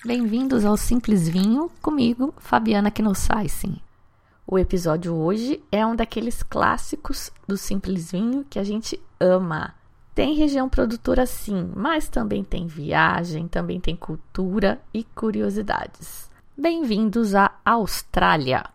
Bem-vindos ao Simples Vinho, comigo, Fabiana Knossaisen. O episódio hoje é um daqueles clássicos do Simples Vinho que a gente ama. Tem região produtora sim, mas também tem viagem, também tem cultura e curiosidades. Bem-vindos à Austrália!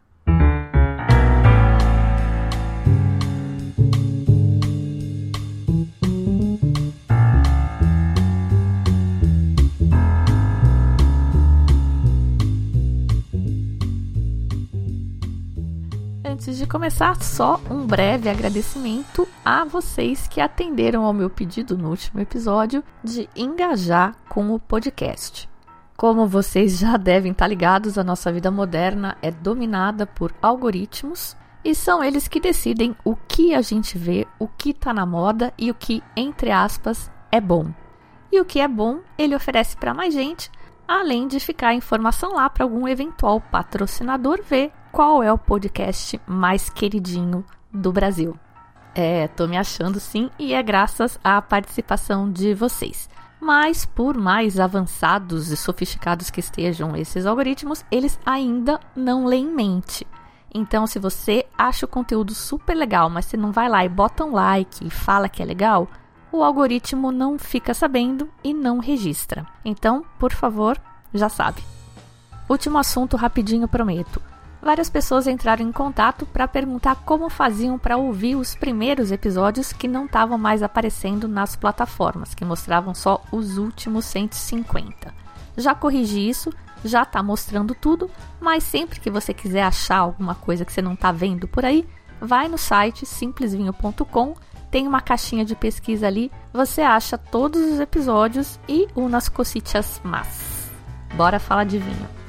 Antes de começar, só um breve agradecimento a vocês que atenderam ao meu pedido no último episódio de engajar com o podcast. Como vocês já devem estar ligados, a nossa vida moderna é dominada por algoritmos e são eles que decidem o que a gente vê, o que está na moda e o que, entre aspas, é bom. E o que é bom, ele oferece para mais gente, além de ficar a informação lá para algum eventual patrocinador ver qual é o podcast mais queridinho do Brasil. Tô me achando sim, e é graças à participação de vocês. Mas por mais avançados e sofisticados que estejam esses algoritmos, eles ainda não leem mente. Então, se você acha o conteúdo super legal, mas você não vai lá e bota um like e fala que é legal, o algoritmo não fica sabendo e não registra. Então, por favor, já sabe. Último assunto rapidinho, prometo. Várias pessoas entraram em contato para perguntar como faziam para ouvir os primeiros episódios que não estavam mais aparecendo nas plataformas, que mostravam só os últimos 150. Já corrigi isso, já está mostrando tudo, mas sempre que você quiser achar alguma coisa que você não está vendo por aí, vai no site simplesvinho.com, tem uma caixinha de pesquisa ali, você acha todos os episódios e umas cositas más. Bora falar de vinho.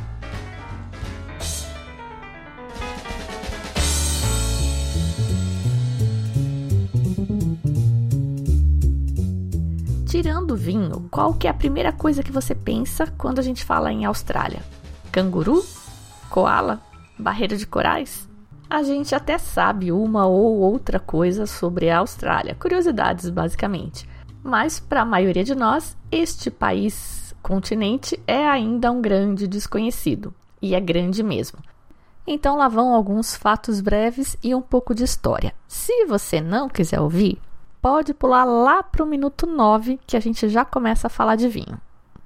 Tirando vinho, qual que é a primeira coisa que você pensa quando a gente fala em Austrália? Canguru? Coala? Barreira de corais? A gente até sabe uma ou outra coisa sobre a Austrália, curiosidades basicamente. Mas para a maioria de nós, este continente é ainda um grande desconhecido. E é grande mesmo. Então lá vão alguns fatos breves e um pouco de história. Se você não quiser ouvir, pode pular lá para o minuto 9 que a gente já começa a falar de vinho.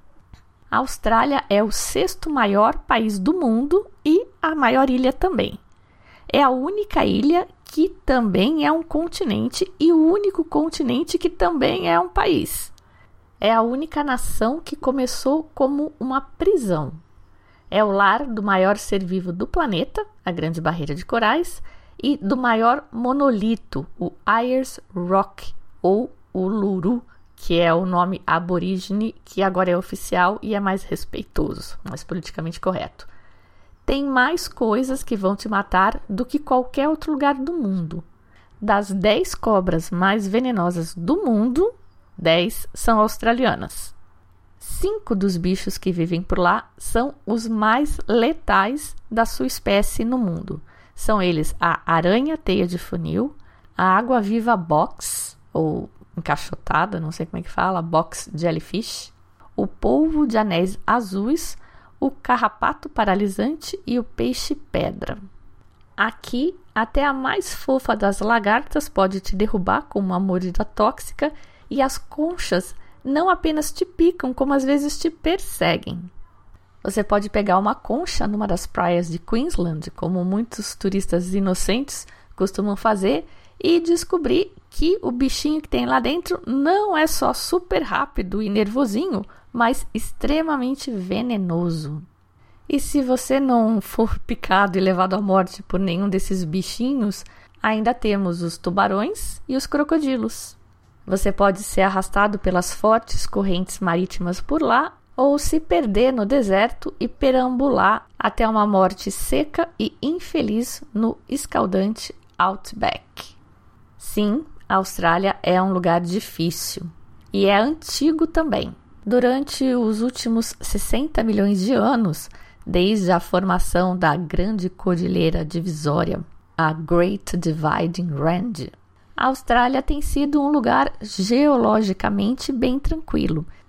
A Austrália é o 6º maior país do mundo e a maior ilha também. É a única ilha que também é um continente e o único continente que também é um país. É a única nação que começou como uma prisão. É o lar do maior ser vivo do planeta, a Grande Barreira de Corais, e do maior monolito, o Ayers Rock, ou o Uluru, que é o nome aborígene que agora é oficial e é mais respeitoso, mais politicamente correto. Tem mais coisas que vão te matar do que qualquer outro lugar do mundo. Das 10 cobras mais venenosas do mundo, 10 são australianas. 5 dos bichos que vivem por lá são os mais letais da sua espécie no mundo. São eles a aranha-teia de funil, a água-viva box, ou encaixotada, não sei como é que fala, box jellyfish, o polvo de anéis azuis, o carrapato paralisante e o peixe-pedra. Aqui, até a mais fofa das lagartas pode te derrubar com uma mordida tóxica e as conchas não apenas te picam, como às vezes te perseguem. Você pode pegar uma concha numa das praias de Queensland, como muitos turistas inocentes costumam fazer, e descobrir que o bichinho que tem lá dentro não é só super rápido e nervosinho, mas extremamente venenoso. E se você não for picado e levado à morte por nenhum desses bichinhos, ainda temos os tubarões e os crocodilos. Você pode ser arrastado pelas fortes correntes marítimas por lá, ou se perder no deserto e perambular até uma morte seca e infeliz no escaldante Outback. Sim, a Austrália é um lugar difícil e é antigo também. Durante os últimos 60 milhões de anos, desde a formação da Grande Cordilheira Divisória, a Great Dividing Range, a Austrália tem sido um lugar geologicamente bem tranquilo,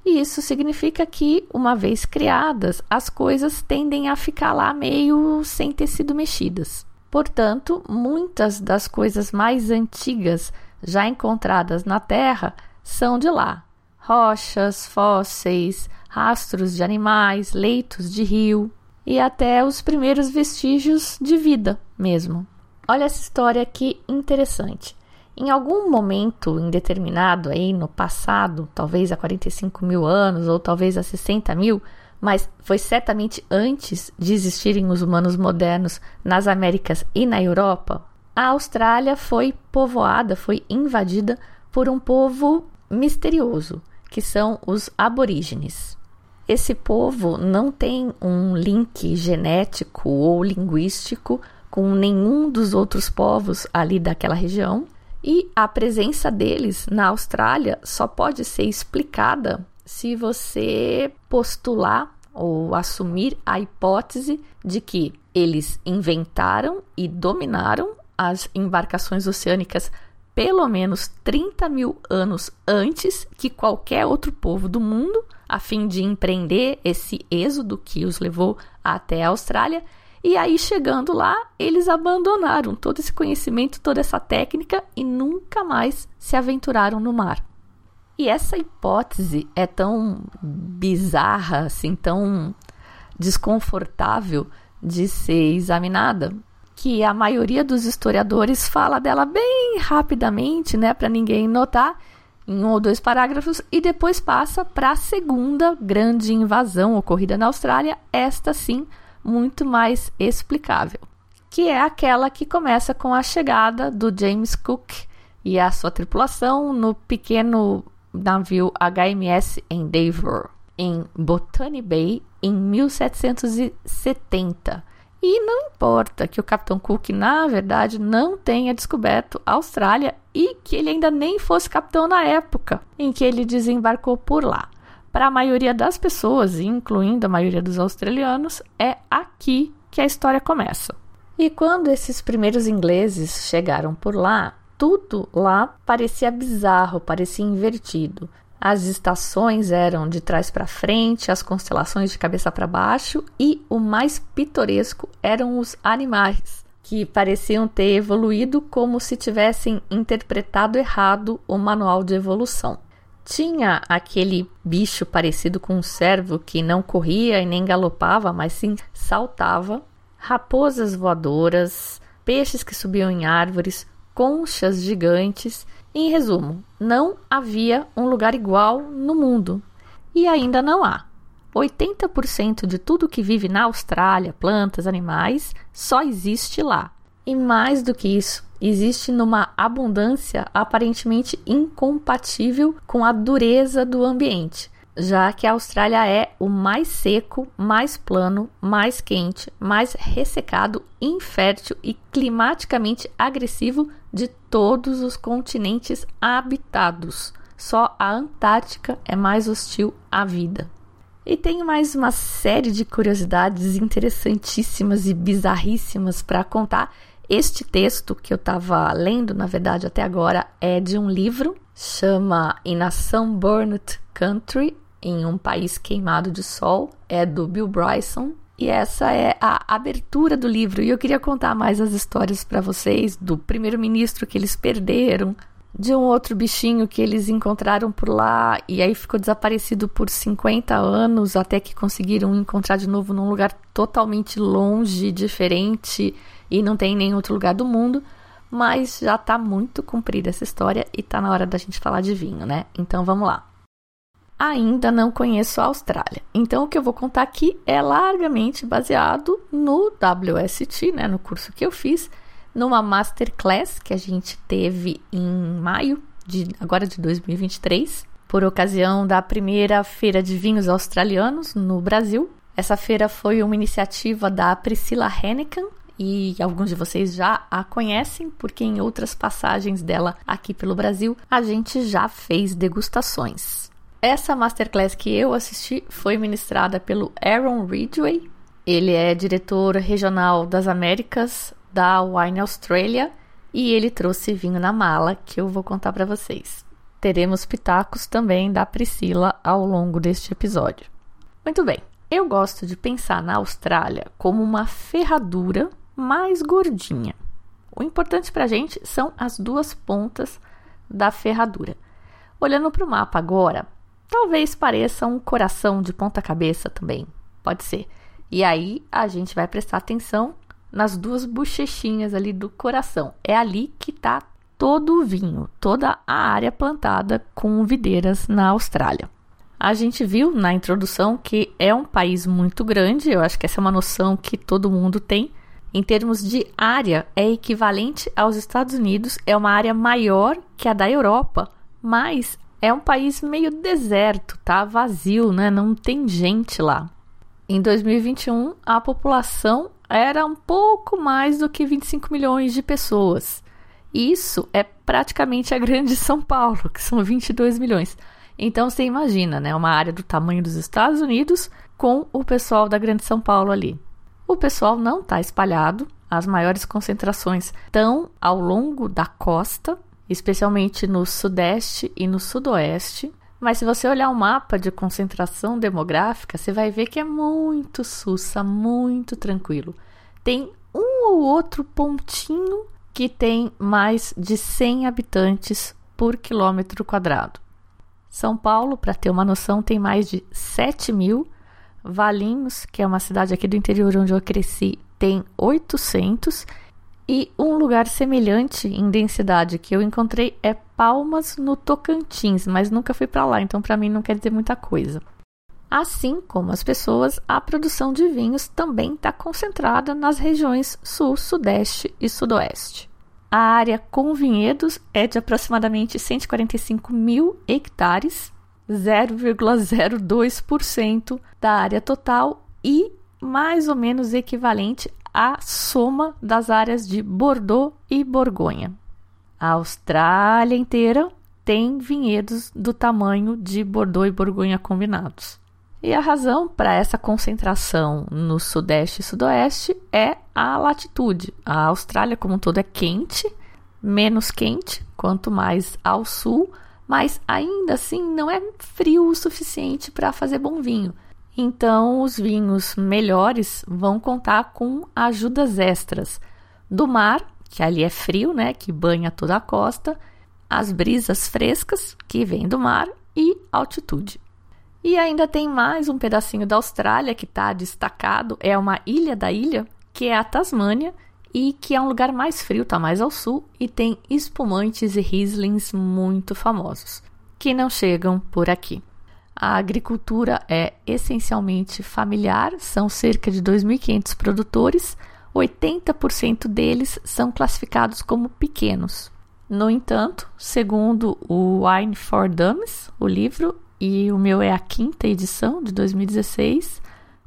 E isso significa que, uma vez criadas, as coisas tendem a ficar lá meio sem ter sido mexidas. Portanto, muitas das coisas mais antigas já encontradas na Terra são de lá. Rochas, fósseis, rastros de animais, leitos de rio e até os primeiros vestígios de vida mesmo. Olha essa história aqui interessante. Em algum momento indeterminado aí no passado, talvez há 45 mil anos ou talvez há 60 mil, mas foi certamente antes de existirem os humanos modernos nas Américas e na Europa, a Austrália foi povoada, foi invadida por um povo misterioso, que são os aborígenes. Esse povo não tem um link genético ou linguístico com nenhum dos outros povos ali daquela região, e a presença deles na Austrália só pode ser explicada se você postular ou assumir a hipótese de que eles inventaram e dominaram as embarcações oceânicas pelo menos 30 mil anos antes que qualquer outro povo do mundo, a fim de empreender esse êxodo que os levou até a Austrália. E aí, chegando lá, eles abandonaram todo esse conhecimento, toda essa técnica e nunca mais se aventuraram no mar. E essa hipótese é tão bizarra, assim, tão desconfortável de ser examinada, que a maioria dos historiadores fala dela bem rapidamente, né, para ninguém notar, em 1 ou 2 parágrafos, e depois passa para a segunda grande invasão ocorrida na Austrália, esta sim, muito mais explicável, que é aquela que começa com a chegada do James Cook e a sua tripulação no pequeno navio HMS Endeavour, em Botany Bay, em 1770. E não importa que o Capitão Cook, na verdade, não tenha descoberto a Austrália e que ele ainda nem fosse capitão na época em que ele desembarcou por lá. Para a maioria das pessoas, incluindo a maioria dos australianos, é aqui que a história começa. E quando esses primeiros ingleses chegaram por lá, tudo lá parecia bizarro, parecia invertido. As estações eram de trás para frente, as constelações de cabeça para baixo e o mais pitoresco eram os animais, que pareciam ter evoluído como se tivessem interpretado errado o manual de evolução. Tinha aquele bicho parecido com um cervo que não corria e nem galopava, mas sim saltava, raposas voadoras, peixes que subiam em árvores, conchas gigantes. Em resumo, não havia um lugar igual no mundo. E ainda não há. 80% de tudo que vive na Austrália, plantas, animais, só existe lá. E mais do que isso, existe numa abundância aparentemente incompatível com a dureza do ambiente, já que a Austrália é o mais seco, mais plano, mais quente, mais ressecado, infértil e climaticamente agressivo de todos os continentes habitados. Só a Antártica é mais hostil à vida. E tem mais uma série de curiosidades interessantíssimas e bizarríssimas para contar. Este texto que eu estava lendo, na verdade, até agora, é de um livro, chama In a Sunburned Country, em um país queimado de sol, é do Bill Bryson, e essa é a abertura do livro. E eu queria contar mais as histórias para vocês do primeiro-ministro que eles perderam, de um outro bichinho que eles encontraram por lá e aí ficou desaparecido por 50 anos, até que conseguiram encontrar de novo num lugar totalmente longe, diferente, e não tem em nenhum outro lugar do mundo. Mas já tá muito comprida essa história e tá na hora da gente falar de vinho, né? Então vamos lá. Ainda não conheço a Austrália, então o que eu vou contar aqui é largamente baseado no WST, né, no curso que eu fiz, numa Masterclass que a gente teve em maio de 2023, por ocasião da primeira Feira de Vinhos Australianos no Brasil. Essa feira foi uma iniciativa da Priscilla Henneken, e alguns de vocês já a conhecem, porque em outras passagens dela aqui pelo Brasil, a gente já fez degustações. Essa Masterclass que eu assisti foi ministrada pelo Aaron Ridgway. Ele é diretor regional das Américas da Wine Australia e ele trouxe vinho na mala que eu vou contar para vocês. teremos pitacos também da Priscila ao longo deste episódio. Muito bem, eu gosto de pensar na Austrália como uma ferradura mais gordinha. O importante para a gente são as duas pontas da ferradura. Olhando para o mapa agora, talvez pareça um coração de ponta cabeça também, pode ser. E aí a gente vai prestar atenção nas duas bochechinhas ali do coração. É ali que está todo o vinho, toda a área plantada com videiras na Austrália. A gente viu na introdução que é um país muito grande, eu acho que essa é uma noção que todo mundo tem. Em termos de área, é equivalente aos Estados Unidos, é uma área maior que a da Europa, mas é um país meio deserto, tá vazio, né? Não tem gente lá. Em 2021, a população era um pouco mais do que 25 milhões de pessoas. Isso é praticamente a grande São Paulo, que são 22 milhões. Então, você imagina, né? Uma área do tamanho dos Estados Unidos com o pessoal da grande São Paulo ali. O pessoal não está espalhado. As maiores concentrações estão ao longo da costa, especialmente no sudeste e no sudoeste. Mas se você olhar o mapa de concentração demográfica, você vai ver que é muito sussa, muito tranquilo. Tem um ou outro pontinho que tem mais de 100 habitantes por quilômetro quadrado. São Paulo, para ter uma noção, tem mais de 7 mil. Valinhos, que é uma cidade aqui do interior onde eu cresci, tem 800. E um lugar semelhante em densidade que eu encontrei é Palmas, no Tocantins, mas nunca fui para lá, então para mim não quer dizer muita coisa. Assim como as pessoas, a produção de vinhos também está concentrada nas regiões sul, sudeste e sudoeste. A área com vinhedos é de aproximadamente 145 mil hectares, 0,02% da área total e mais ou menos equivalente à soma das áreas de Bordeaux e Borgonha. A Austrália inteira tem vinhedos do tamanho de Bordeaux e Borgonha combinados. E a razão para essa concentração no sudeste e sudoeste é a latitude. A Austrália como um todo é quente, menos quente, quanto mais ao sul, mas ainda assim não é frio o suficiente para fazer bom vinho. Então os vinhos melhores vão contar com ajudas extras do mar, que ali é frio, né, que banha toda a costa, as brisas frescas que vêm do mar e altitude. E ainda tem mais um pedacinho da Austrália que está destacado, é uma ilha da ilha, que é a Tasmânia, e que é um lugar mais frio, está mais ao sul, e tem espumantes e Rieslings muito famosos, que não chegam por aqui. A agricultura é essencialmente familiar, são cerca de 2.500 produtores, 80% deles são classificados como pequenos. No entanto, segundo o Wine for Dummies, o livro, e o meu é a 5ª edição de 2016,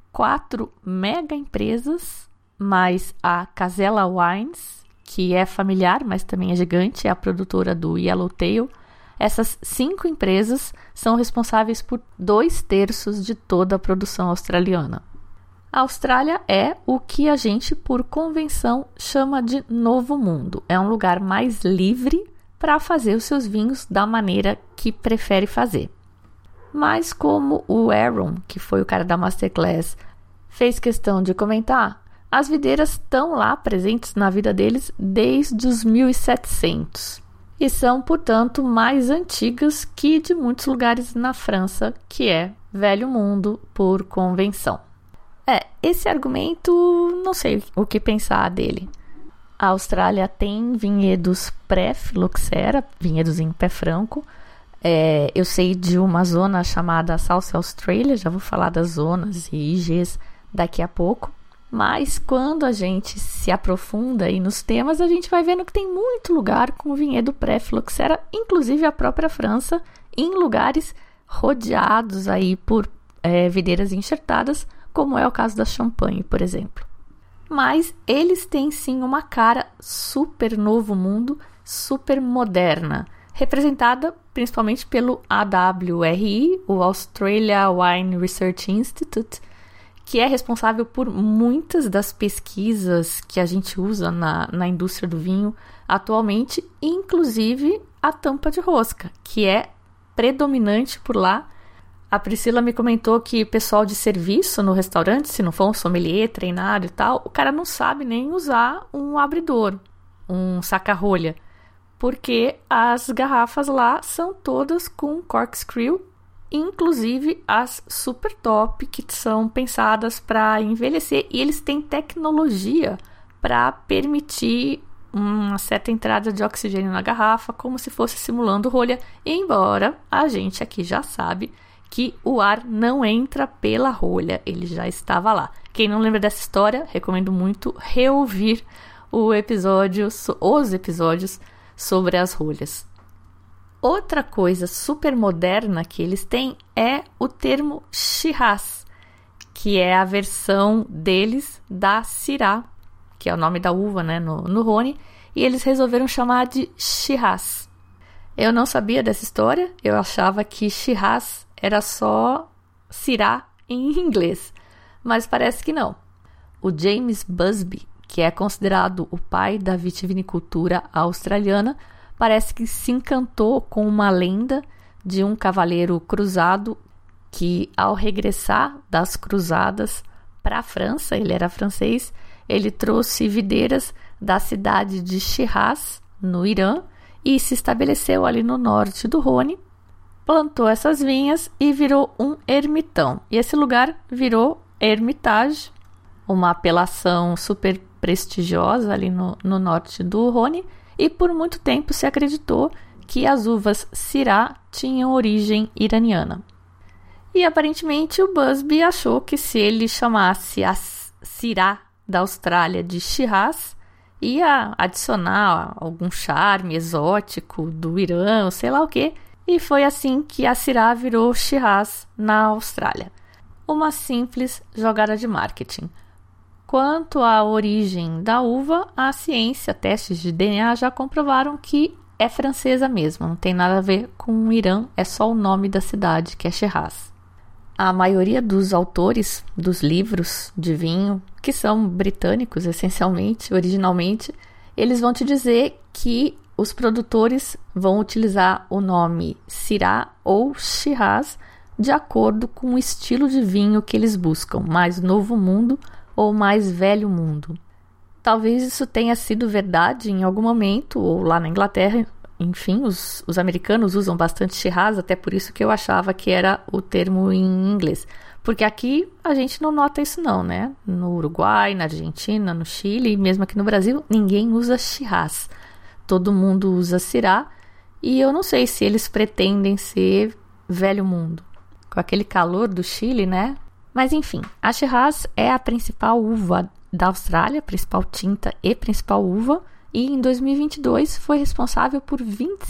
4 mega empresas, mais a Casella Wines, que é familiar, mas também é gigante, é a produtora do Yellowtail. Essas 5 empresas são responsáveis por 2/3 de toda a produção australiana. A Austrália é o que a gente, por convenção, chama de Novo Mundo. É um lugar mais livre para fazer os seus vinhos da maneira que prefere fazer. Mas como o Aaron, que foi o cara da Masterclass, fez questão de comentar, as videiras estão lá presentes na vida deles desde os 1700 e são, portanto, mais antigas que de muitos lugares na França, que é Velho Mundo por convenção. Esse argumento, não sei o que pensar dele. A Austrália tem vinhedos pré-filoxera, vinhedos em pé franco. Eu sei de uma zona chamada South Australia, já vou falar das zonas e IGs daqui a pouco. Mas quando a gente se aprofunda aí nos temas, a gente vai vendo que tem muito lugar com vinhedo pré-filoxera, inclusive a própria França, em lugares rodeados aí por videiras enxertadas, como é o caso da Champagne, por exemplo. Mas eles têm sim uma cara super Novo Mundo, super moderna, representada principalmente pelo AWRI, o Australia Wine Research Institute, que é responsável por muitas das pesquisas que a gente usa na indústria do vinho atualmente, inclusive a tampa de rosca, que é predominante por lá. A Priscila me comentou que pessoal de serviço no restaurante, se não for um sommelier treinado e tal, o cara não sabe nem usar um abridor, um saca-rolha, porque as garrafas lá são todas com corkscrew, inclusive as super top, que são pensadas para envelhecer, e eles têm tecnologia para permitir uma certa entrada de oxigênio na garrafa, como se fosse simulando rolha, embora a gente aqui já sabe que o ar não entra pela rolha, ele já estava lá. Quem não lembra dessa história, recomendo muito reouvir os episódios sobre as rolhas. Outra coisa super moderna que eles têm é o termo Shiraz, que é a versão deles da Syrah, que é o nome da uva, né, no Rhône, e eles resolveram chamar de Shiraz. Eu não sabia dessa história, eu achava que Shiraz era só Syrah em inglês, mas parece que não. O James Busby, que é considerado o pai da vitivinicultura australiana, parece que se encantou com uma lenda de um cavaleiro cruzado que, ao regressar das cruzadas para a França, ele era francês, ele trouxe videiras da cidade de Shiraz, no Irã, e se estabeleceu ali no norte do Rhône, plantou essas vinhas e virou um ermitão. E esse lugar virou Hermitage, uma apelação super prestigiosa ali no norte do Rhône, e por muito tempo se acreditou que as uvas Syrah tinham origem iraniana. E aparentemente o Busby achou que se ele chamasse a Syrah da Austrália de Shiraz, ia adicionar algum charme exótico do Irã, sei lá o quê, e foi assim que a Syrah virou Shiraz na Austrália. Uma simples jogada de marketing. Quanto à origem da uva, a ciência, testes de DNA já comprovaram que é francesa mesmo, não tem nada a ver com o Irã, é só o nome da cidade, que é Shiraz. A maioria dos autores dos livros de vinho, que são britânicos essencialmente, originalmente, eles vão te dizer que os produtores vão utilizar o nome Syrah ou Shiraz de acordo com o estilo de vinho que eles buscam, mais novo mundo ou mais velho mundo. Talvez isso tenha sido verdade em algum momento, ou lá na Inglaterra, enfim, os americanos usam bastante Shiraz, até por isso que eu achava que era o termo em inglês. Porque aqui a gente não nota isso não, né? No Uruguai, na Argentina, no Chile, e mesmo aqui no Brasil, ninguém usa Shiraz. Todo mundo usa Syrah, e eu não sei se eles pretendem ser velho mundo. Com aquele calor do Chile, né? Mas enfim, a Shiraz é a principal uva da Austrália, principal tinta e principal uva, e em 2022 foi responsável por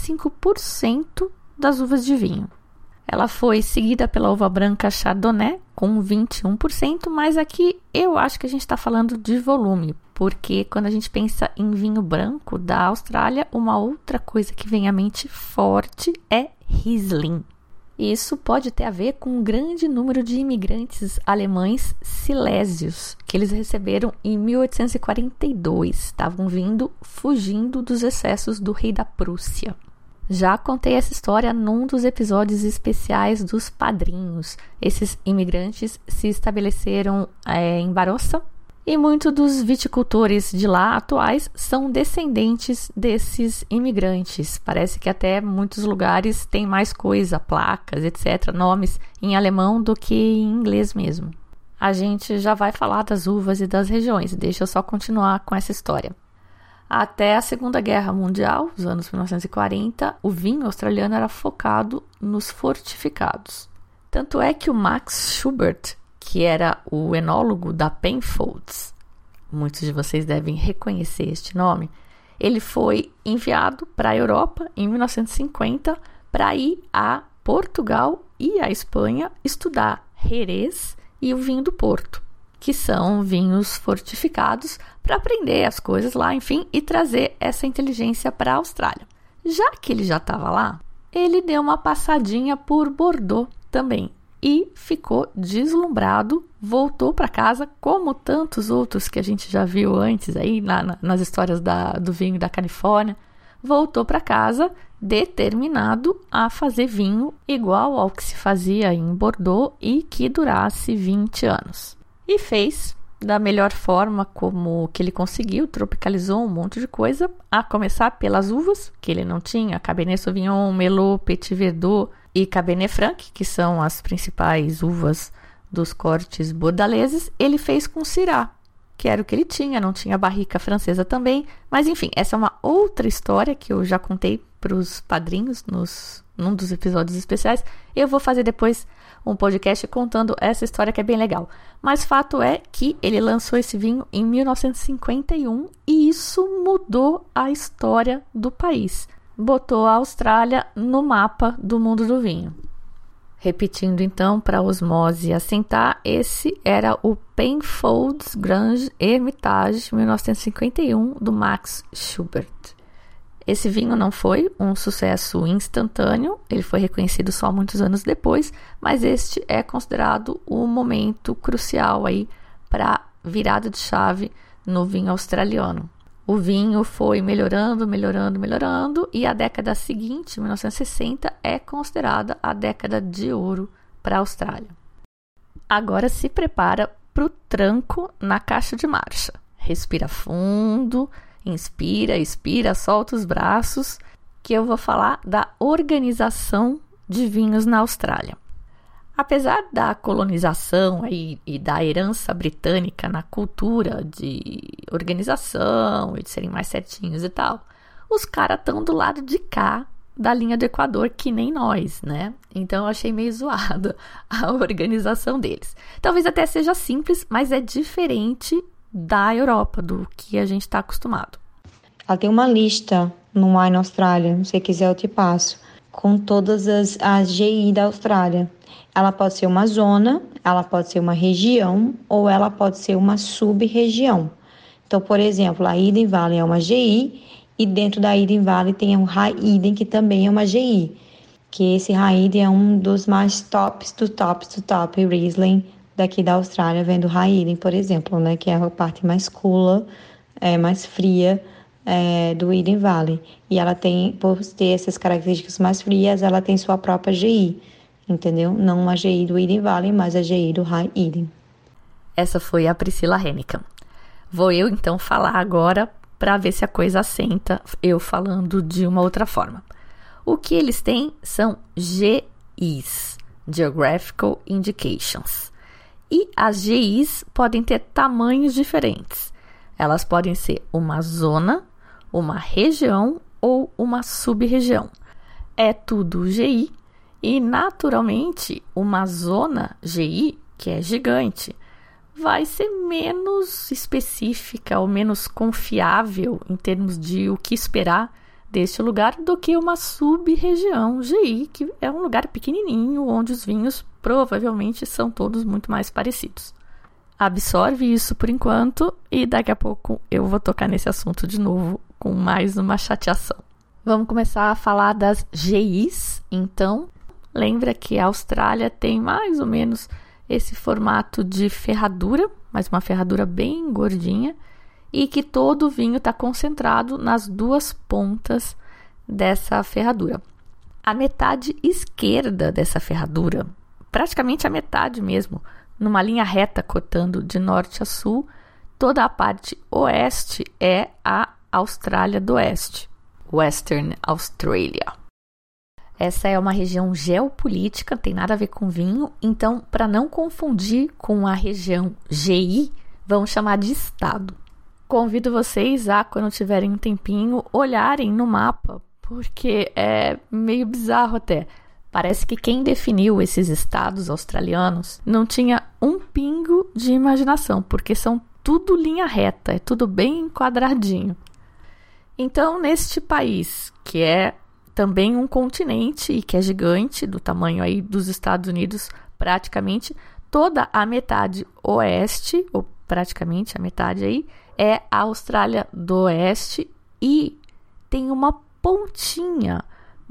25% das uvas de vinho. Ela foi seguida pela uva branca Chardonnay com 21%, mas aqui eu acho que a gente está falando de volume, porque quando a gente pensa em vinho branco da Austrália, uma outra coisa que vem à mente forte é Riesling. Isso pode ter a ver com um grande número de imigrantes alemães silésios que eles receberam em 1842. Estavam fugindo dos excessos do rei da Prússia. Já contei essa história num dos episódios especiais dos Padrinhos. Esses imigrantes se estabeleceram em Barossa, e muitos dos viticultores de lá atuais são descendentes desses imigrantes. Parece que até muitos lugares tem mais coisa, placas, etc., nomes em alemão do que em inglês mesmo. A gente já vai falar das uvas e das regiões, deixa eu só continuar com essa história. Até a Segunda Guerra Mundial, os anos 1940, o vinho australiano era focado nos fortificados. Tanto é que o Max Schubert, que era o enólogo da Penfolds, muitos de vocês devem reconhecer este nome, ele foi enviado para a Europa em 1950 para ir a Portugal e a Espanha estudar Jerez e o vinho do Porto, que são vinhos fortificados, para aprender as coisas lá, enfim, e trazer essa inteligência para a Austrália. Já que ele já estava lá, ele deu uma passadinha por Bordeaux também e ficou deslumbrado, voltou para casa, como tantos outros que a gente já viu antes aí nas histórias do vinho da Califórnia, voltou para casa determinado a fazer vinho igual ao que se fazia em Bordeaux e que durasse 20 anos. E fez da melhor forma como que ele conseguiu, tropicalizou um monte de coisa, a começar pelas uvas, que ele não tinha, Cabernet Sauvignon, Merlot, Petit Verdot e Cabernet Franc, que são as principais uvas dos cortes bordaleses. Ele fez com Syrah, que era o que ele tinha, não tinha barrica francesa também, mas enfim, essa é uma outra história que eu já contei para os padrinhos num dos episódios especiais. Eu vou fazer depois um podcast contando essa história que é bem legal. Mas fato é que ele lançou esse vinho em 1951 e isso mudou a história do país. Botou a Austrália no mapa do mundo do vinho. Repetindo então, para osmose assentar, esse era o Penfolds Grange Hermitage 1951 do Max Schubert. Esse vinho não foi um sucesso instantâneo, ele foi reconhecido só muitos anos depois, mas este é considerado o momento crucial aí para virada de chave no vinho australiano. O vinho foi melhorando e a década seguinte, 1960, é considerada a década de ouro para a Austrália. Agora se prepara para o tranco na caixa de marcha. Respira fundo, inspira, expira, solta os braços, que eu vou falar da organização de vinhos na Austrália. Apesar da colonização e da herança britânica na cultura de organização e de serem mais certinhos e tal, os caras estão do lado de cá da linha do Equador, que nem nós, né? Então eu achei meio zoada a organização deles. Talvez até seja simples, mas é diferente da Europa, do que a gente está acostumado. Ela tem uma lista no Wine Austrália, se você quiser eu te passo, com todas as GI da Austrália. Ela pode ser uma zona, ela pode ser uma região ou ela pode ser uma sub-região. Então, por exemplo, a Eden Valley é uma GI e dentro da Eden Valley tem um High Eden, que também é uma GI. Que esse High Eden é um dos mais tops do top Riesling daqui da Austrália, vendo o High Eden, por exemplo, né, que é a parte mais cooler, mais fria do Eden Valley. E ela tem, por ter essas características mais frias, ela tem sua própria GI. Entendeu? Não a GI do Eden Valley, mas a GI do High Eden. Essa foi a Priscila Hennigan. Vou eu então falar agora para ver se a coisa assenta, eu falando de uma outra forma. O que eles têm são GIs, Geographical Indications. E as GIs podem ter tamanhos diferentes. Elas podem ser uma zona, uma região ou uma sub-região. É tudo GI. E, naturalmente, uma zona GI, que é gigante, vai ser menos específica ou menos confiável em termos de o que esperar deste lugar do que uma sub-região GI, que é um lugar pequenininho, onde os vinhos provavelmente são todos muito mais parecidos. Absorve isso por enquanto e daqui a pouco eu vou tocar nesse assunto de novo com mais uma chateação. Vamos começar a falar das GIs, então. Lembra que a Austrália tem mais ou menos esse formato de ferradura, mas uma ferradura bem gordinha, e que todo o vinho está concentrado nas duas pontas dessa ferradura. A metade esquerda dessa ferradura, praticamente a metade mesmo, numa linha reta cortando de norte a sul, toda a parte oeste é a Austrália do Oeste, Western Australia. Essa é uma região geopolítica, não tem nada a ver com vinho, então, para não confundir com a região GI, vamos chamar de estado. Convido vocês a, quando tiverem um tempinho, olharem no mapa, porque é meio bizarro até. Parece que quem definiu esses estados australianos não tinha um pingo de imaginação, porque são tudo linha reta, é tudo bem quadradinho. Então, neste país, que é também um continente e que é gigante, do tamanho aí dos Estados Unidos, praticamente toda a metade oeste, ou praticamente a metade aí, é a Austrália do Oeste e tem uma pontinha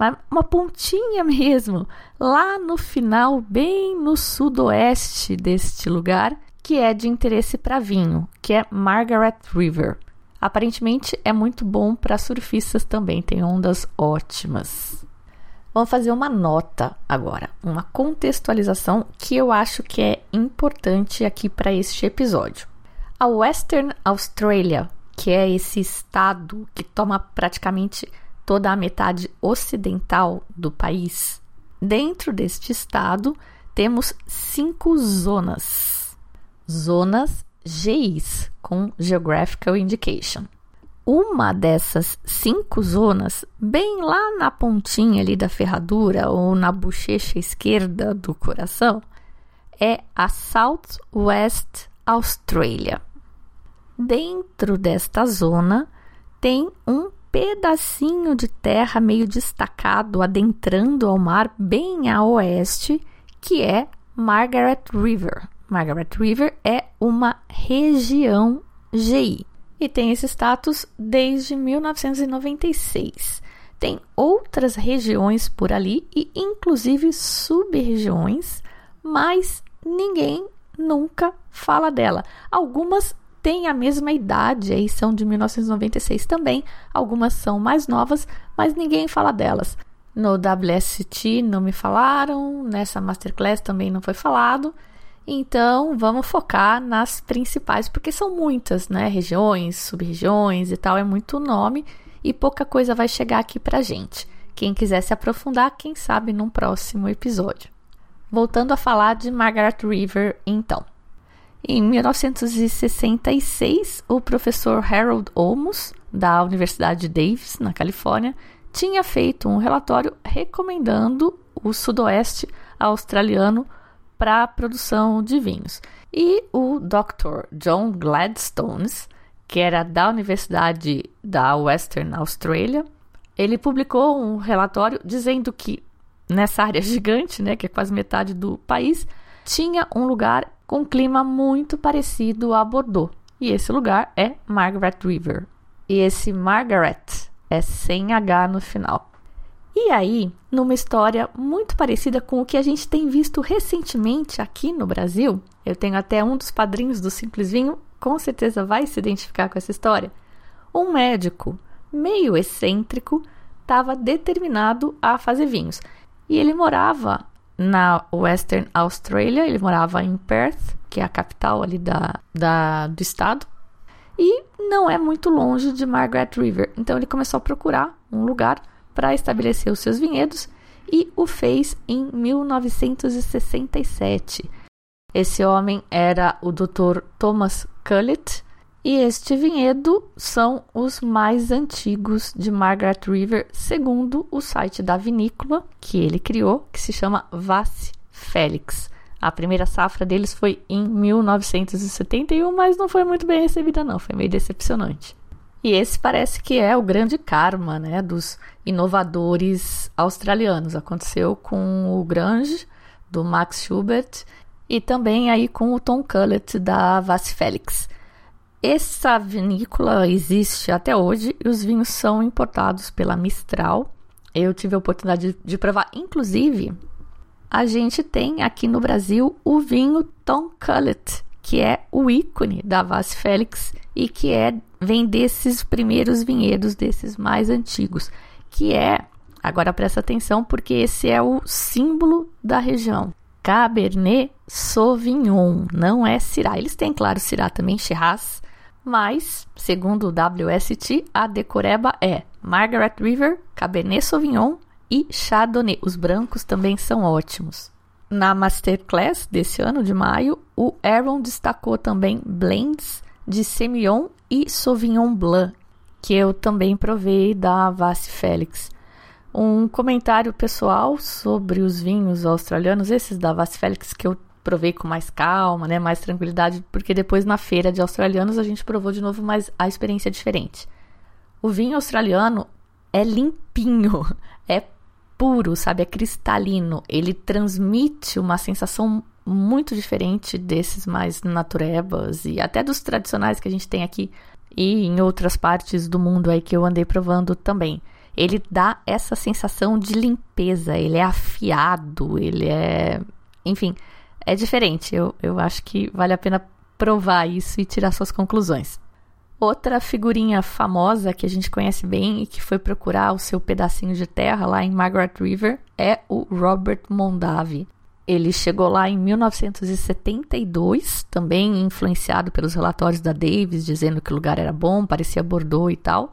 mesmo, lá no final, bem no sudoeste deste lugar, que é de interesse para vinho, que é Margaret River. Aparentemente é muito bom para surfistas também, tem ondas ótimas. Vamos fazer uma nota agora, uma contextualização que eu acho que é importante aqui para este episódio. A Western Australia, que é esse estado que toma praticamente toda a metade ocidental do país, dentro deste estado temos 5 zonas. Zonas GIs, com Geographical Indication. Uma dessas 5 zonas, bem lá na pontinha ali da ferradura ou na bochecha esquerda do coração, é a South West Australia. Dentro desta zona tem um pedacinho de terra meio destacado adentrando ao mar bem a oeste, que é Margaret River. Margaret River é uma região GI e tem esse status desde 1996. Tem outras regiões por ali e inclusive sub-regiões, mas ninguém nunca fala dela. Algumas têm a mesma idade, aí são de 1996 também, algumas são mais novas, mas ninguém fala delas. No WST não me falaram, nessa Masterclass também não foi falado. Então, vamos focar nas principais, porque são muitas, né? Regiões, sub-regiões e tal, é muito nome e pouca coisa vai chegar aqui pra gente. Quem quiser se aprofundar, quem sabe num próximo episódio. Voltando a falar de Margaret River, então. Em 1966, o professor Harold Olmos, da Universidade de Davis, na Califórnia, tinha feito um relatório recomendando o sudoeste australiano para a produção de vinhos. E o Dr. John Gladstones, que era da Universidade da Western Australia, ele publicou um relatório dizendo que nessa área gigante, né, que é quase metade do país, tinha um lugar com clima muito parecido a Bordeaux. E esse lugar é Margaret River. E esse Margaret é sem H no final. E aí, numa história muito parecida com o que a gente tem visto recentemente aqui no Brasil, eu tenho até um dos padrinhos do Simples Vinho, com certeza vai se identificar com essa história. Um médico meio excêntrico estava determinado a fazer vinhos. E ele morava na Western Australia, ele morava em Perth, que é a capital ali do estado, e não é muito longe de Margaret River. Então ele começou a procurar um lugar para estabelecer os seus vinhedos e o fez em 1967. Esse homem era o Dr. Thomas Cullett e este vinhedo são os mais antigos de Margaret River, segundo o site da vinícola que ele criou, que se chama Vasse Felix. A primeira safra deles foi em 1971, mas não foi muito bem recebida não, foi meio decepcionante. E esse parece que é o grande karma, né, dos inovadores australianos. Aconteceu com o Grange, do Max Schubert, e também aí com o Tom Cullett, da Vasse Felix. Essa vinícola existe até hoje e os vinhos são importados pela Mistral. Eu tive a oportunidade de provar, inclusive, a gente tem aqui no Brasil o vinho Tom Cullett, que é o ícone da Vasse Felix e que vem desses primeiros vinhedos, desses mais antigos, que é, agora presta atenção porque esse é o símbolo da região, Cabernet Sauvignon, não é Syrah. Eles têm, claro, Syrah também, Shiraz, mas, segundo o WST, a decoreba é Margaret River, Cabernet Sauvignon e Chardonnay. Os brancos também são ótimos. Na Masterclass desse ano, de maio, o Aaron destacou também blends de Semillon e Sauvignon Blanc, que eu também provei da Vasse Felix. Um comentário pessoal sobre os vinhos australianos, esses da Vasse Felix que eu provei com mais calma, né, mais tranquilidade, porque depois na feira de australianos a gente provou de novo, mas a experiência é diferente. O vinho australiano é limpinho, é puro, sabe, é cristalino, ele transmite uma sensação muito diferente desses mais naturebas e até dos tradicionais que a gente tem aqui e em outras partes do mundo aí que eu andei provando também. Ele dá essa sensação de limpeza, ele é afiado, ele é... enfim, é diferente. Eu acho que vale a pena provar isso e tirar suas conclusões. Outra figurinha famosa que a gente conhece bem e que foi procurar o seu pedacinho de terra lá em Margaret River é o Robert Mondavi. Ele chegou lá em 1972, também influenciado pelos relatórios da Davis, dizendo que o lugar era bom, parecia Bordeaux e tal.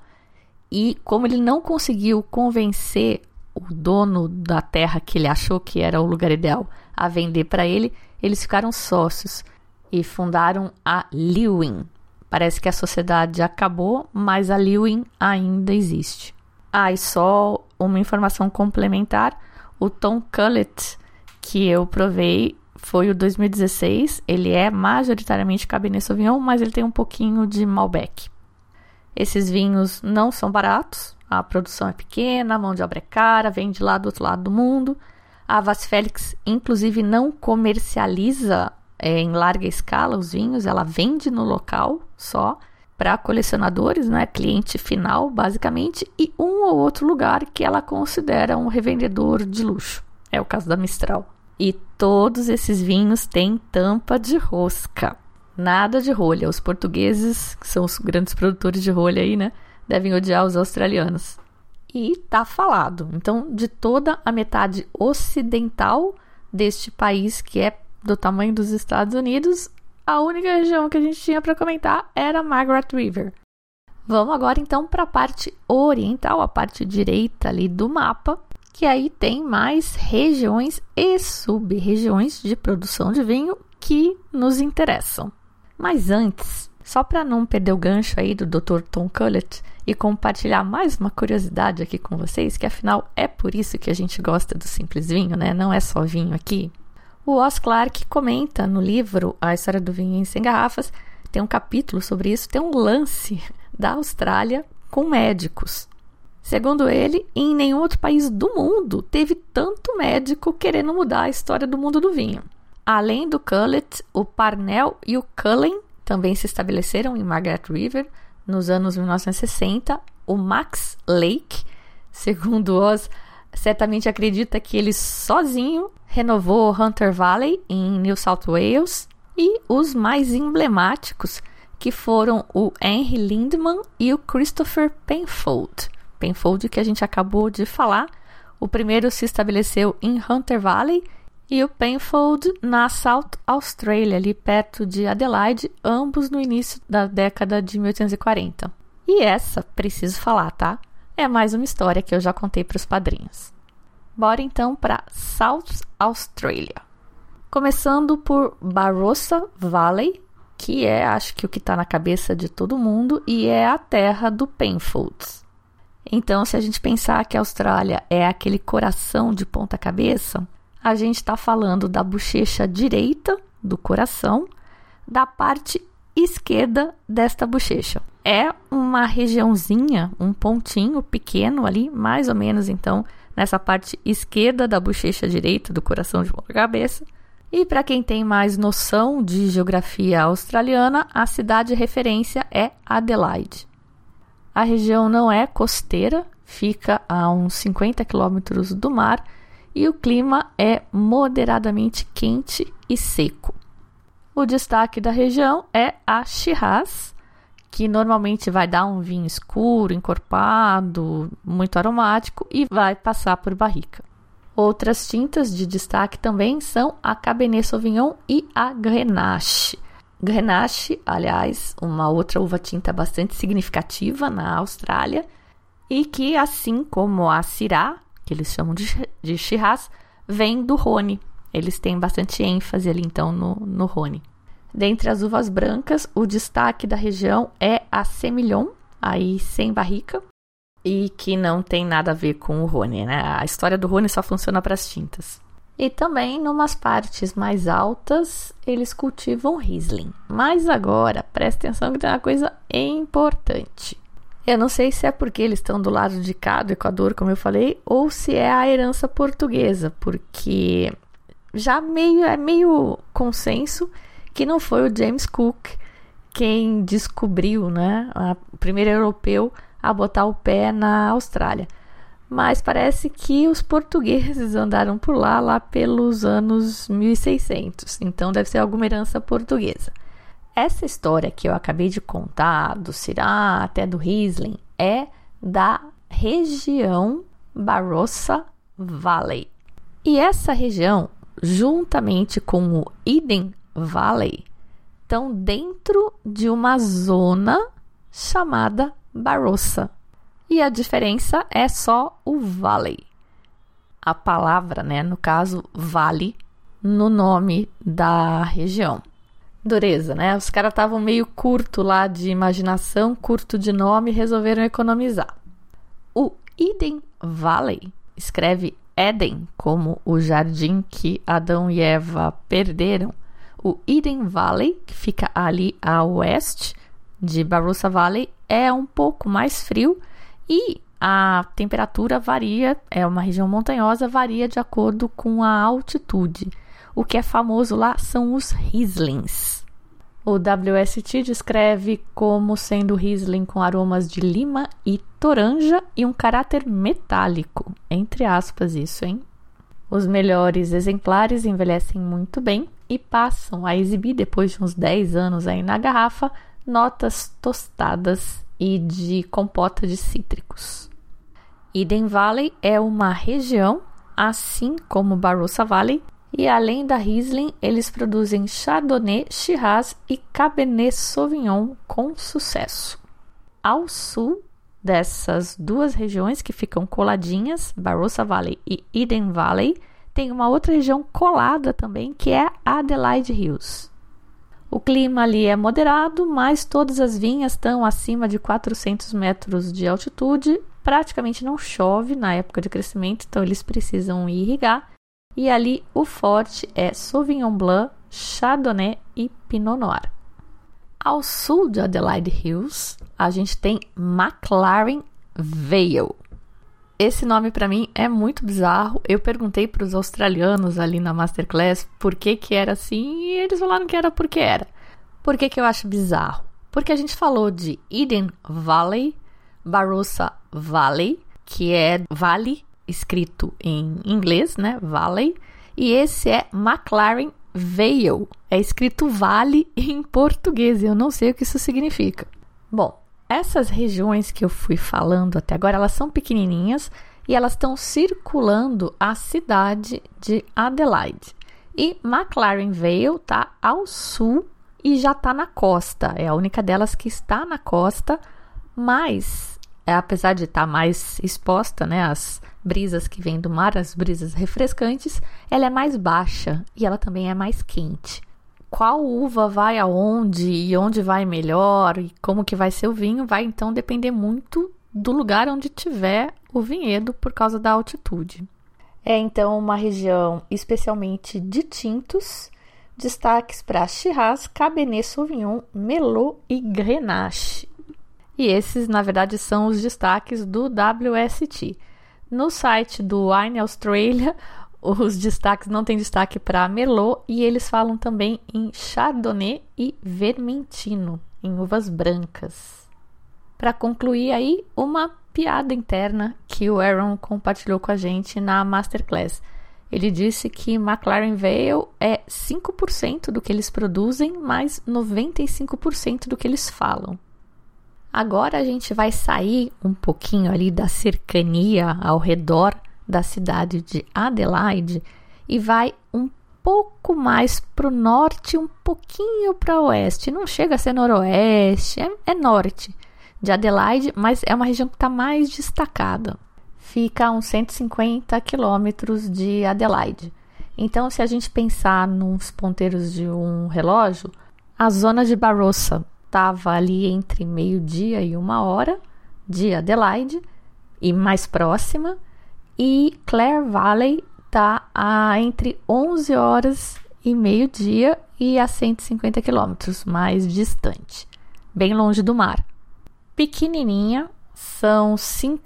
E como ele não conseguiu convencer o dono da terra que ele achou que era o lugar ideal a vender para ele, eles ficaram sócios e fundaram a Lewin. Parece que a sociedade acabou, mas a Lewin ainda existe. E só uma informação complementar, o Tom Cullet, que eu provei, foi o 2016. Ele é majoritariamente Cabernet Sauvignon, mas ele tem um pouquinho de Malbec. Esses vinhos não são baratos, a produção é pequena, a mão de obra é cara, vem de lá do outro lado do mundo. A Vasse Félix, inclusive, não comercializa em larga escala os vinhos, ela vende no local só para colecionadores, né, cliente final, basicamente, e um ou outro lugar que ela considera um revendedor de luxo. É o caso da Mistral. E todos esses vinhos têm tampa de rosca. Nada de rolha. Os portugueses, que são os grandes produtores de rolha aí, né, devem odiar os australianos. E tá falado. Então, de toda a metade ocidental deste país, que é do tamanho dos Estados Unidos, a única região que a gente tinha para comentar era Margaret River. Vamos agora então para a parte oriental, a parte direita ali do mapa, que aí tem mais regiões e sub-regiões de produção de vinho que nos interessam. Mas antes, só para não perder o gancho aí do Dr. Tom Cullet e compartilhar mais uma curiosidade aqui com vocês, que afinal é por isso que a gente gosta do Simples Vinho, né? Não é só vinho aqui. O Oz Clarke comenta no livro A História do Vinho em 100 Garrafas, tem um capítulo sobre isso, tem um lance da Austrália com médicos. Segundo ele, em nenhum outro país do mundo teve tanto médico querendo mudar a história do mundo do vinho. Além do Cullet, o Parnell e o Cullen também se estabeleceram em Margaret River nos anos 1960. O Max Lake, segundo Oz, certamente acredita que ele sozinho renovou Hunter Valley em New South Wales, e os mais emblemáticos que foram o Henry Lindman e o Christopher Penfold. Penfold, que a gente acabou de falar, o primeiro se estabeleceu em Hunter Valley e o Penfold na South Australia, ali perto de Adelaide, ambos no início da década de 1840. E essa, preciso falar, tá? É mais uma história que eu já contei para os padrinhos. Bora então para South Australia. Começando por Barossa Valley, que é, acho que o que está na cabeça de todo mundo, e é a terra do Penfolds. Então, se a gente pensar que a Austrália é aquele coração de ponta cabeça, a gente está falando da bochecha direita do coração, da parte esquerda desta bochecha. É uma regiãozinha, um pontinho pequeno ali, mais ou menos então, nessa parte esquerda da bochecha direita do coração de ponta cabeça. E para quem tem mais noção de geografia australiana, a cidade de referência é Adelaide. A região não é costeira, fica a uns 50 quilômetros do mar e o clima é moderadamente quente e seco. O destaque da região é a Shiraz, que normalmente vai dar um vinho escuro, encorpado, muito aromático e vai passar por barrica. Outras tintas de destaque também são a Cabernet Sauvignon e a Grenache. Grenache, aliás, uma outra uva tinta bastante significativa na Austrália e que, assim como a Syrah, que eles chamam de Shiraz, vem do Rhône. Eles têm bastante ênfase ali, então, no Rhône. Dentre as uvas brancas, o destaque da região é a Semillon, aí sem barrica, e que não tem nada a ver com o Rhône, né? A história do Rhône só funciona para as tintas. E também, numas partes mais altas, eles cultivam Riesling. Mas agora, presta atenção que tem uma coisa importante. Eu não sei se é porque eles estão do lado de cá do Equador, como eu falei, ou se é a herança portuguesa, porque já é meio consenso que não foi o James Cook quem descobriu, né, o primeiro europeu a botar o pé na Austrália. Mas parece que os portugueses andaram por lá pelos anos 1600. Então deve ser alguma herança portuguesa. Essa história que eu acabei de contar, do Syrah até do Riesling, é da região Barossa Valley. E essa região, juntamente com o Eden Valley, estão dentro de uma zona chamada Barossa. E a diferença é só o valley. A palavra, né, no caso, vale, no nome da região. Dureza, né? Os caras estavam meio curto lá de imaginação, curto de nome, e resolveram economizar. O Eden Valley escreve Éden, como o jardim que Adão e Eva perderam. O Eden Valley, que fica ali a oeste de Barossa Valley, é um pouco mais frio e a temperatura varia, é uma região montanhosa, varia de acordo com a altitude. O que é famoso lá são os Rieslings. O WST descreve como sendo Riesling com aromas de lima e toranja e um caráter metálico. Entre aspas isso, hein? Os melhores exemplares envelhecem muito bem e passam a exibir, depois de uns 10 anos aí na garrafa, notas tostadas e de compota de cítricos. Eden Valley é uma região, assim como Barossa Valley, e além da Riesling, eles produzem Chardonnay, Shiraz e Cabernet Sauvignon com sucesso. Ao sul dessas duas regiões que ficam coladinhas, Barossa Valley e Eden Valley, tem uma outra região colada também, que é Adelaide Hills. O clima ali é moderado, mas todas as vinhas estão acima de 400 metros de altitude. Praticamente não chove na época de crescimento, então eles precisam irrigar. E ali o forte é Sauvignon Blanc, Chardonnay e Pinot Noir. Ao sul de Adelaide Hills, a gente tem McLaren Vale. Esse nome para mim é muito bizarro. Eu perguntei para os australianos ali na Masterclass por que era assim e eles falaram que era porque era. Por que eu acho bizarro? Porque a gente falou de Eden Valley, Barossa Valley, que é vale escrito em inglês, né? Valley. E esse é McLaren Vale. É escrito vale em português. Eu não sei o que isso significa. Bom, essas regiões que eu fui falando até agora, elas são pequenininhas e elas estão circulando a cidade de Adelaide. E McLaren Vale está ao sul e já está na costa. É a única delas que está na costa, mas apesar de estar mais exposta, né, às brisas que vêm do mar, as brisas refrescantes, ela é mais baixa e ela também é mais quente. Qual uva vai aonde e onde vai melhor e como que vai ser o vinho vai então depender muito do lugar onde tiver o vinhedo por causa da altitude. É então uma região especialmente de tintos, destaques para Shiraz, Cabernet Sauvignon, Merlot e Grenache. E esses, na verdade, são os destaques do WST. No site do Wine Australia, os destaques não tem destaque para Merlot e eles falam também em Chardonnay e Vermentino, em uvas brancas. Para concluir aí, uma piada interna que o Aaron compartilhou com a gente na Masterclass. Ele disse que McLaren Vale é 5% do que eles produzem, mais 95% do que eles falam. Agora a gente vai sair um pouquinho ali da cercania ao redor da cidade de Adelaide e vai um pouco mais para o norte, um pouquinho para o oeste. Não chega a ser noroeste, é norte de Adelaide, mas é uma região que está mais destacada. Fica a uns 150 quilômetros de Adelaide. Então, se a gente pensar nos ponteiros de um relógio, a zona de Barossa estava ali entre meio-dia e 1h de Adelaide e mais próxima, e Clare Valley está entre 11 horas e meio-dia e a 150 quilômetros mais distante, bem longe do mar. Pequenininha, são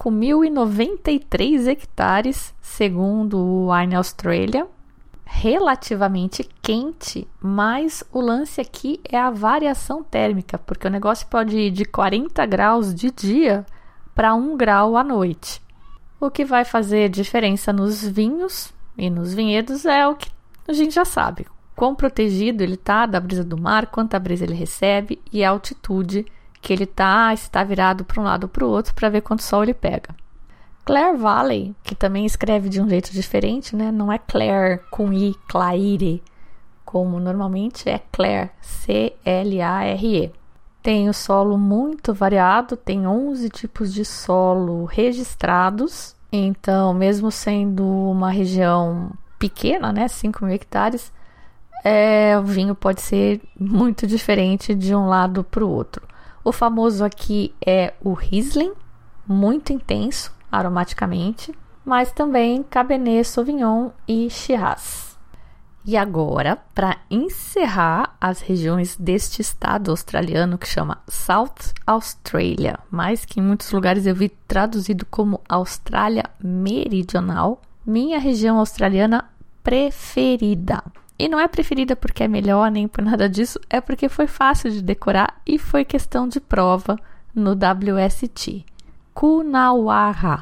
5.093 hectares, segundo o Wine Australia, relativamente quente, mas o lance aqui é a variação térmica, porque o negócio pode ir de 40 graus de dia para 1 grau à noite. O que vai fazer diferença nos vinhos e nos vinhedos é o que a gente já sabe. quão protegido ele está da brisa do mar, quanta brisa ele recebe e a altitude que ele está, se está virado para um lado ou para o outro, para ver quanto sol ele pega. Clare Valley, que também escreve de um jeito diferente, né? Não é Clare com I, Claire, como normalmente é Clare, C-L-A-R-E. Tem o solo muito variado, tem 11 tipos de solo registrados. Então, mesmo sendo uma região pequena, né, 5.000 hectares, o vinho pode ser muito diferente de um lado para o outro. O famoso aqui é o Riesling, muito intenso aromaticamente, mas também Cabernet Sauvignon e Shiraz. E agora, para encerrar as regiões deste estado australiano que chama South Australia, mas que em muitos lugares eu vi traduzido como Austrália Meridional, minha região australiana preferida. E não é preferida porque é melhor nem por nada disso, é porque foi fácil de decorar e foi questão de prova no WST. Coonawarra,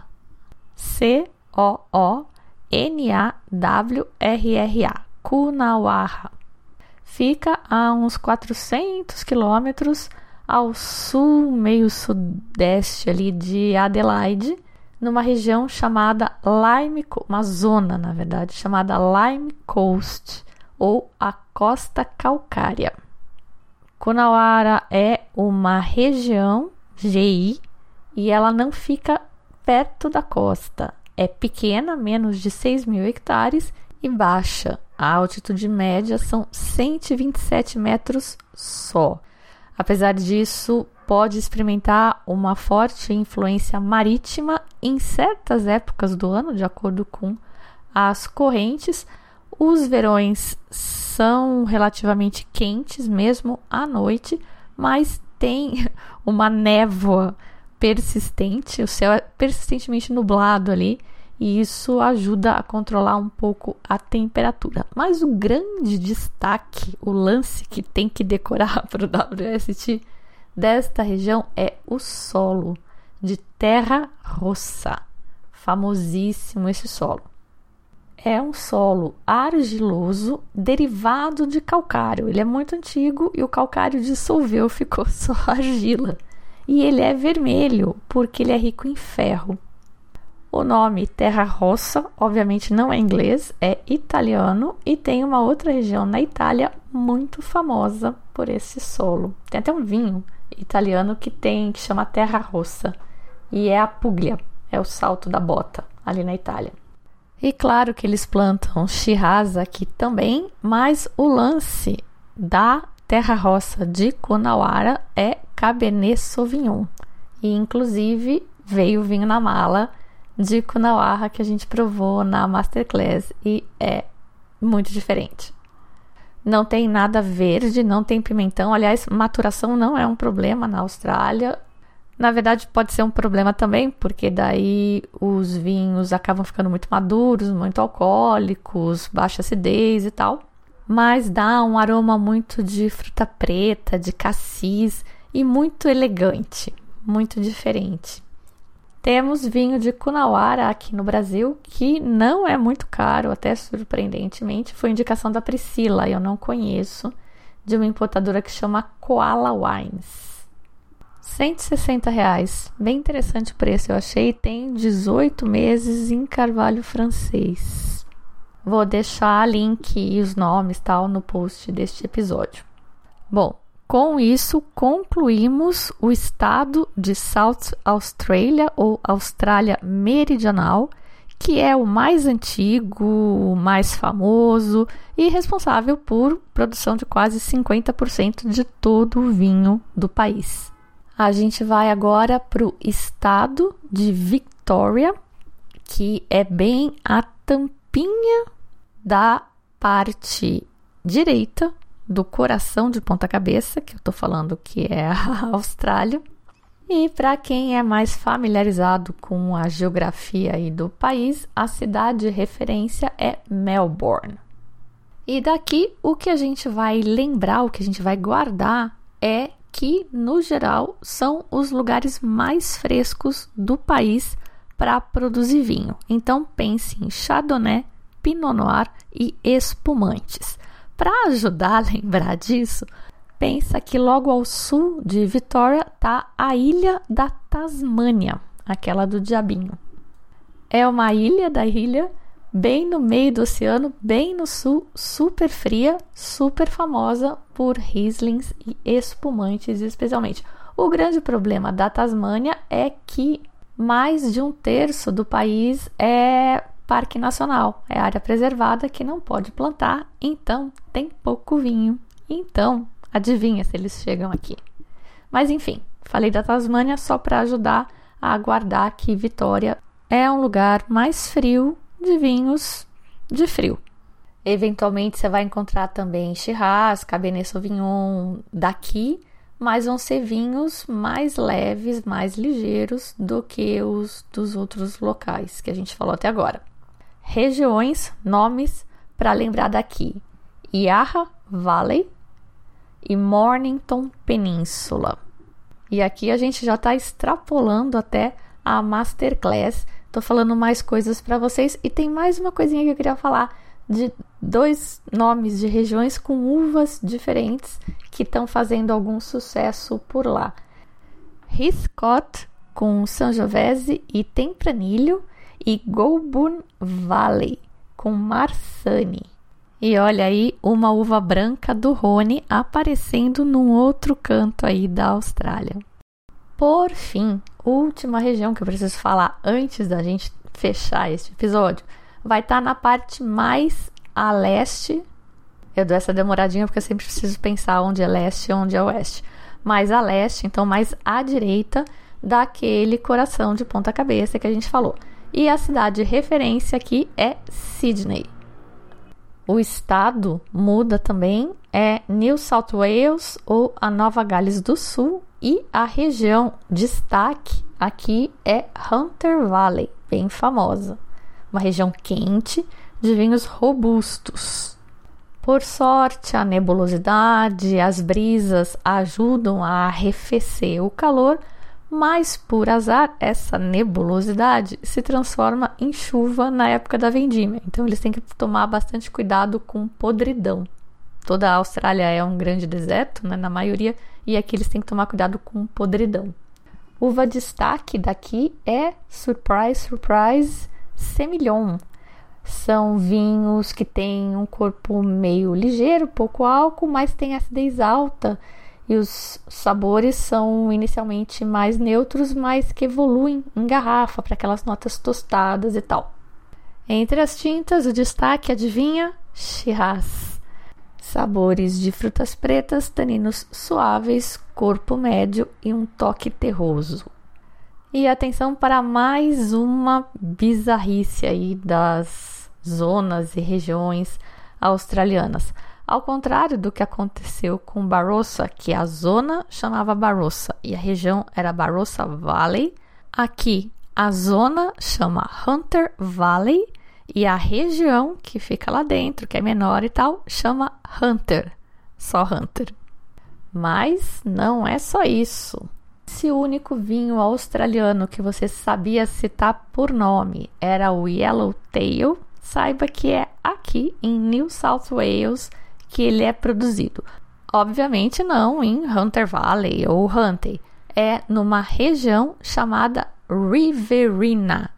C-O-O-N-A-W-R-R-A, Coonawarra. Fica a uns 400 quilômetros ao sul, meio sudeste ali de Adelaide, numa região chamada uma zona, na verdade, chamada Lime Coast, ou a Costa Calcária. Coonawarra é uma região GI e ela não fica perto da costa. É pequena, menos de 6.000 hectares e baixa. A altitude média são 127 metros só. Apesar disso, pode experimentar uma forte influência marítima em certas épocas do ano, de acordo com as correntes. Os verões são relativamente quentes, mesmo à noite, mas tem uma névoa persistente, o céu é persistentemente nublado ali, e isso ajuda a controlar um pouco a temperatura. Mas o grande destaque, o lance que tem que decorar para o WST desta região é o solo de terra roça. Famosíssimo esse solo. É um solo argiloso derivado de calcário. Ele é muito antigo e o calcário dissolveu, ficou só argila. E ele é vermelho porque ele é rico em ferro. O nome Terra Rossa, obviamente não é inglês, é italiano e tem uma outra região na Itália muito famosa por esse solo. Tem até um vinho italiano que chama Terra Rossa e é a Puglia, é o salto da bota ali na Itália. E claro que eles plantam Shiraz aqui também, mas o lance da Terra Roça de Coonawarra é Cabernet Sauvignon. E inclusive veio o vinho na mala de Coonawarra que a gente provou na Masterclass e é muito diferente. Não tem nada verde, não tem pimentão. Aliás, maturação não é um problema na Austrália. Na verdade, pode ser um problema também, porque daí os vinhos acabam ficando muito maduros, muito alcoólicos, baixa acidez e tal. Mas dá um aroma muito de fruta preta, de cassis e muito elegante, muito diferente. Temos vinho de Coonawarra aqui no Brasil, que não é muito caro, até surpreendentemente. Foi indicação da Priscila, eu não conheço, de uma importadora que chama Koala Wines. R$160, bem interessante o preço, eu achei. Tem 18 meses em carvalho francês. Vou deixar link e os nomes tal no post deste episódio. Bom, com isso concluímos o estado de South Australia ou Austrália Meridional, que é o mais antigo, o mais famoso e responsável por produção de quase 50% de todo o vinho do país. A gente vai agora para o estado de Victoria, que é bem a tampinha da parte direita do coração de ponta cabeça, que eu tô falando que é a Austrália. E para quem é mais familiarizado com a geografia aí do país, a cidade de referência é Melbourne. E daqui o que a gente vai lembrar, o que a gente vai guardar é que, no geral, são os lugares mais frescos do país para produzir vinho. Então pense em Chardonnay, Pinot Noir e espumantes. Para ajudar a lembrar disso, pensa que logo ao sul de Vitória está a ilha da Tasmânia, aquela do diabinho. É uma ilha bem no meio do oceano, bem no sul, super fria, super famosa por Rieslings e espumantes especialmente. O grande problema da Tasmânia é que mais de 1/3 do país é parque nacional, é área preservada que não pode plantar, então tem pouco vinho. Então, adivinha se eles chegam aqui. Mas enfim, falei da Tasmânia só para ajudar a guardar que Vitória é um lugar mais frio de vinhos de frio. Eventualmente você vai encontrar também Shiraz, Cabernet Sauvignon daqui, mas vão ser vinhos mais leves, mais ligeiros do que os dos outros locais que a gente falou até agora. Regiões, nomes para lembrar daqui: Yarra Valley e Mornington Península. E aqui a gente já está extrapolando até a Masterclass. Estou falando mais coisas para vocês e tem mais uma coisinha que eu queria falar de 2 nomes de regiões com uvas diferentes que estão fazendo algum sucesso por lá. Heathcote com Sangiovese e Tempranillo e Goulburn Valley com Marsanne. E olha aí uma uva branca do Rhône aparecendo num outro canto aí da Austrália. Por fim, última região que eu preciso falar antes da gente fechar este episódio, vai estar na parte mais a leste. Eu dou essa demoradinha porque eu sempre preciso pensar onde é leste e onde é oeste. Mais a leste, então mais à direita daquele coração de ponta cabeça que a gente falou. E a cidade de referência aqui é Sydney. O estado muda também, é New South Wales ou a Nova Gales do Sul. E a região destaque aqui é Hunter Valley, bem famosa. Uma região quente de vinhos robustos. Por sorte, a nebulosidade, as brisas ajudam a arrefecer o calor, mas por azar, essa nebulosidade se transforma em chuva na época da vendimia. Então eles têm que tomar bastante cuidado com podridão. Toda a Austrália é um grande deserto, né, na maioria, e aqui eles têm que tomar cuidado com podridão. Uva destaque daqui é, surprise, surprise, Semillon. São vinhos que têm um corpo meio ligeiro, pouco álcool, mas tem acidez alta. E os sabores são inicialmente mais neutros, mas que evoluem em garrafa para aquelas notas tostadas e tal. Entre as tintas, o destaque, adivinha? Shiraz. Sabores de frutas pretas, taninos suaves, corpo médio e um toque terroso. E atenção para mais uma bizarrice aí das zonas e regiões australianas. Ao contrário do que aconteceu com Barossa, que a zona chamava Barossa e a região era Barossa Valley, aqui a zona chama Hunter Valley e a região que fica lá dentro, que é menor e tal, chama Hunter, só Hunter. Mas não é só isso. Se o único vinho australiano que você sabia citar por nome era o Yellowtail, saiba que é aqui em New South Wales que ele é produzido. Obviamente não em Hunter Valley ou Huntly, é numa região chamada Riverina,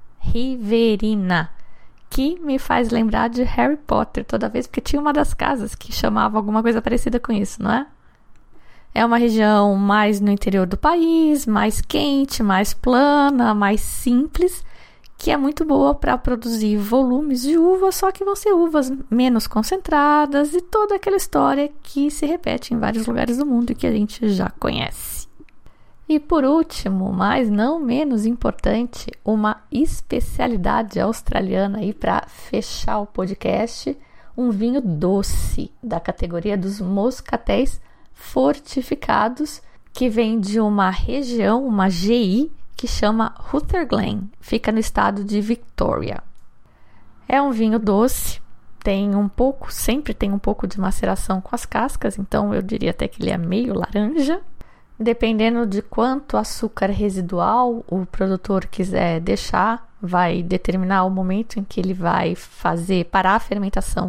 que me faz lembrar de Harry Potter toda vez, porque tinha uma das casas que chamava alguma coisa parecida com isso, não é? É uma região mais no interior do país, mais quente, mais plana, mais simples, que é muito boa para produzir volumes de uva, só que vão ser uvas menos concentradas e toda aquela história que se repete em vários lugares do mundo e que a gente já conhece. E por último, mas não menos importante, uma especialidade australiana aí para fechar o podcast, um vinho doce da categoria dos moscatéis fortificados, que vem de uma região, uma GI, que chama Rutherglen, fica no estado de Victoria. É um vinho doce, sempre tem um pouco de maceração com as cascas, então eu diria até que ele é meio laranja. Dependendo de quanto açúcar residual o produtor quiser deixar, vai determinar o momento em que ele vai parar a fermentação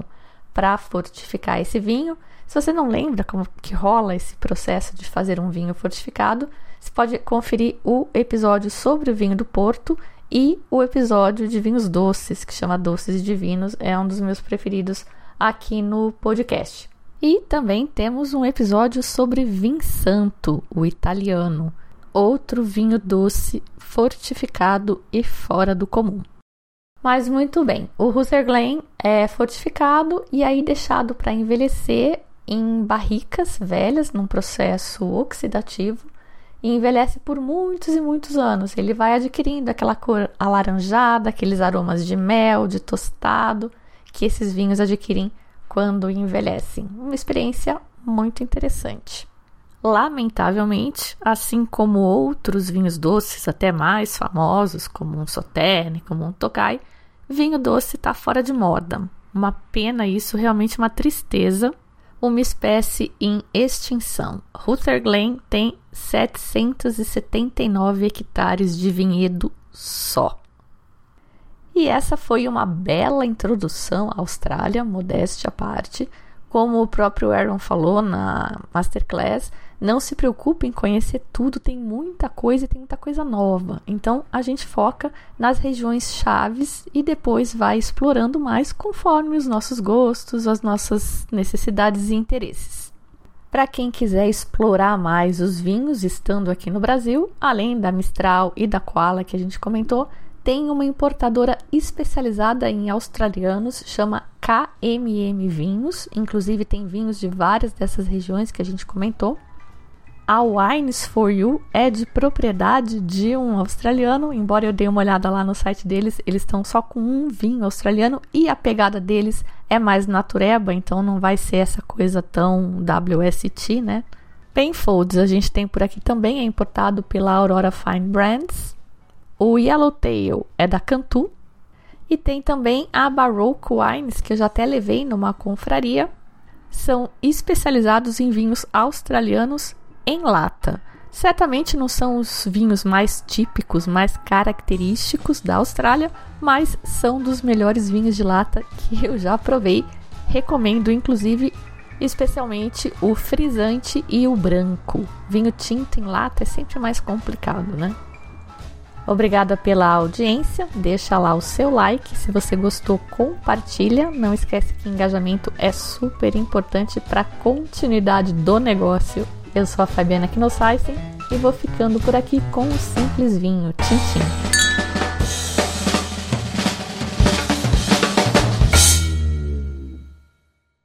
para fortificar esse vinho. Se você não lembra como que rola esse processo de fazer um vinho fortificado, você pode conferir o episódio sobre o vinho do Porto e o episódio de vinhos doces, que chama Doces e Divinos, é um dos meus preferidos aqui no podcast. E também temos um episódio sobre Vinsanto, o italiano, outro vinho doce fortificado e fora do comum. Mas muito bem, o Russell Glen é fortificado e aí deixado para envelhecer em barricas velhas, num processo oxidativo, e envelhece por muitos e muitos anos. Ele vai adquirindo aquela cor alaranjada, aqueles aromas de mel, de tostado, que esses vinhos adquirem quando envelhecem. Uma experiência muito interessante. Lamentavelmente, assim como outros vinhos doces até mais famosos, como um Sauternes, como um Tokai, vinho doce está fora de moda. Uma pena isso, realmente uma tristeza. Uma espécie em extinção. Russell Glen tem 779 hectares de vinhedo só. E essa foi uma bela introdução à Austrália, modéstia à parte. Como o próprio Aaron falou na Masterclass, não se preocupe em conhecer tudo, tem muita coisa e tem muita coisa nova. Então, a gente foca nas regiões chaves e depois vai explorando mais conforme os nossos gostos, as nossas necessidades e interesses. Para quem quiser explorar mais os vinhos estando aqui no Brasil, além da Mistral e da Koala que a gente comentou, tem uma importadora especializada em australianos, chama KMM Vinhos, inclusive tem vinhos de várias dessas regiões que a gente comentou. A Wines for You é de propriedade de um australiano, embora eu dei uma olhada lá no site deles, eles estão só com um vinho australiano e a pegada deles é mais natureba, então não vai ser essa coisa tão WST, né? Penfolds a gente tem por aqui também, é importado pela Aurora Fine Brands. O Yellowtail é da Cantu. E tem também a Baroque Wines, que eu já até levei numa confraria. São especializados em vinhos australianos em lata. Certamente não são os vinhos mais típicos, mais característicos da Austrália, mas são dos melhores vinhos de lata que eu já provei. Recomendo, inclusive, especialmente o frisante e o branco. Vinho tinto em lata é sempre mais complicado, né? Obrigada pela audiência, deixa lá o seu like, se você gostou, compartilha, não esquece que engajamento é super importante para a continuidade do negócio. Eu sou a Fabiana Knossaisen e vou ficando por aqui com um simples vinho. Tchim, tchim.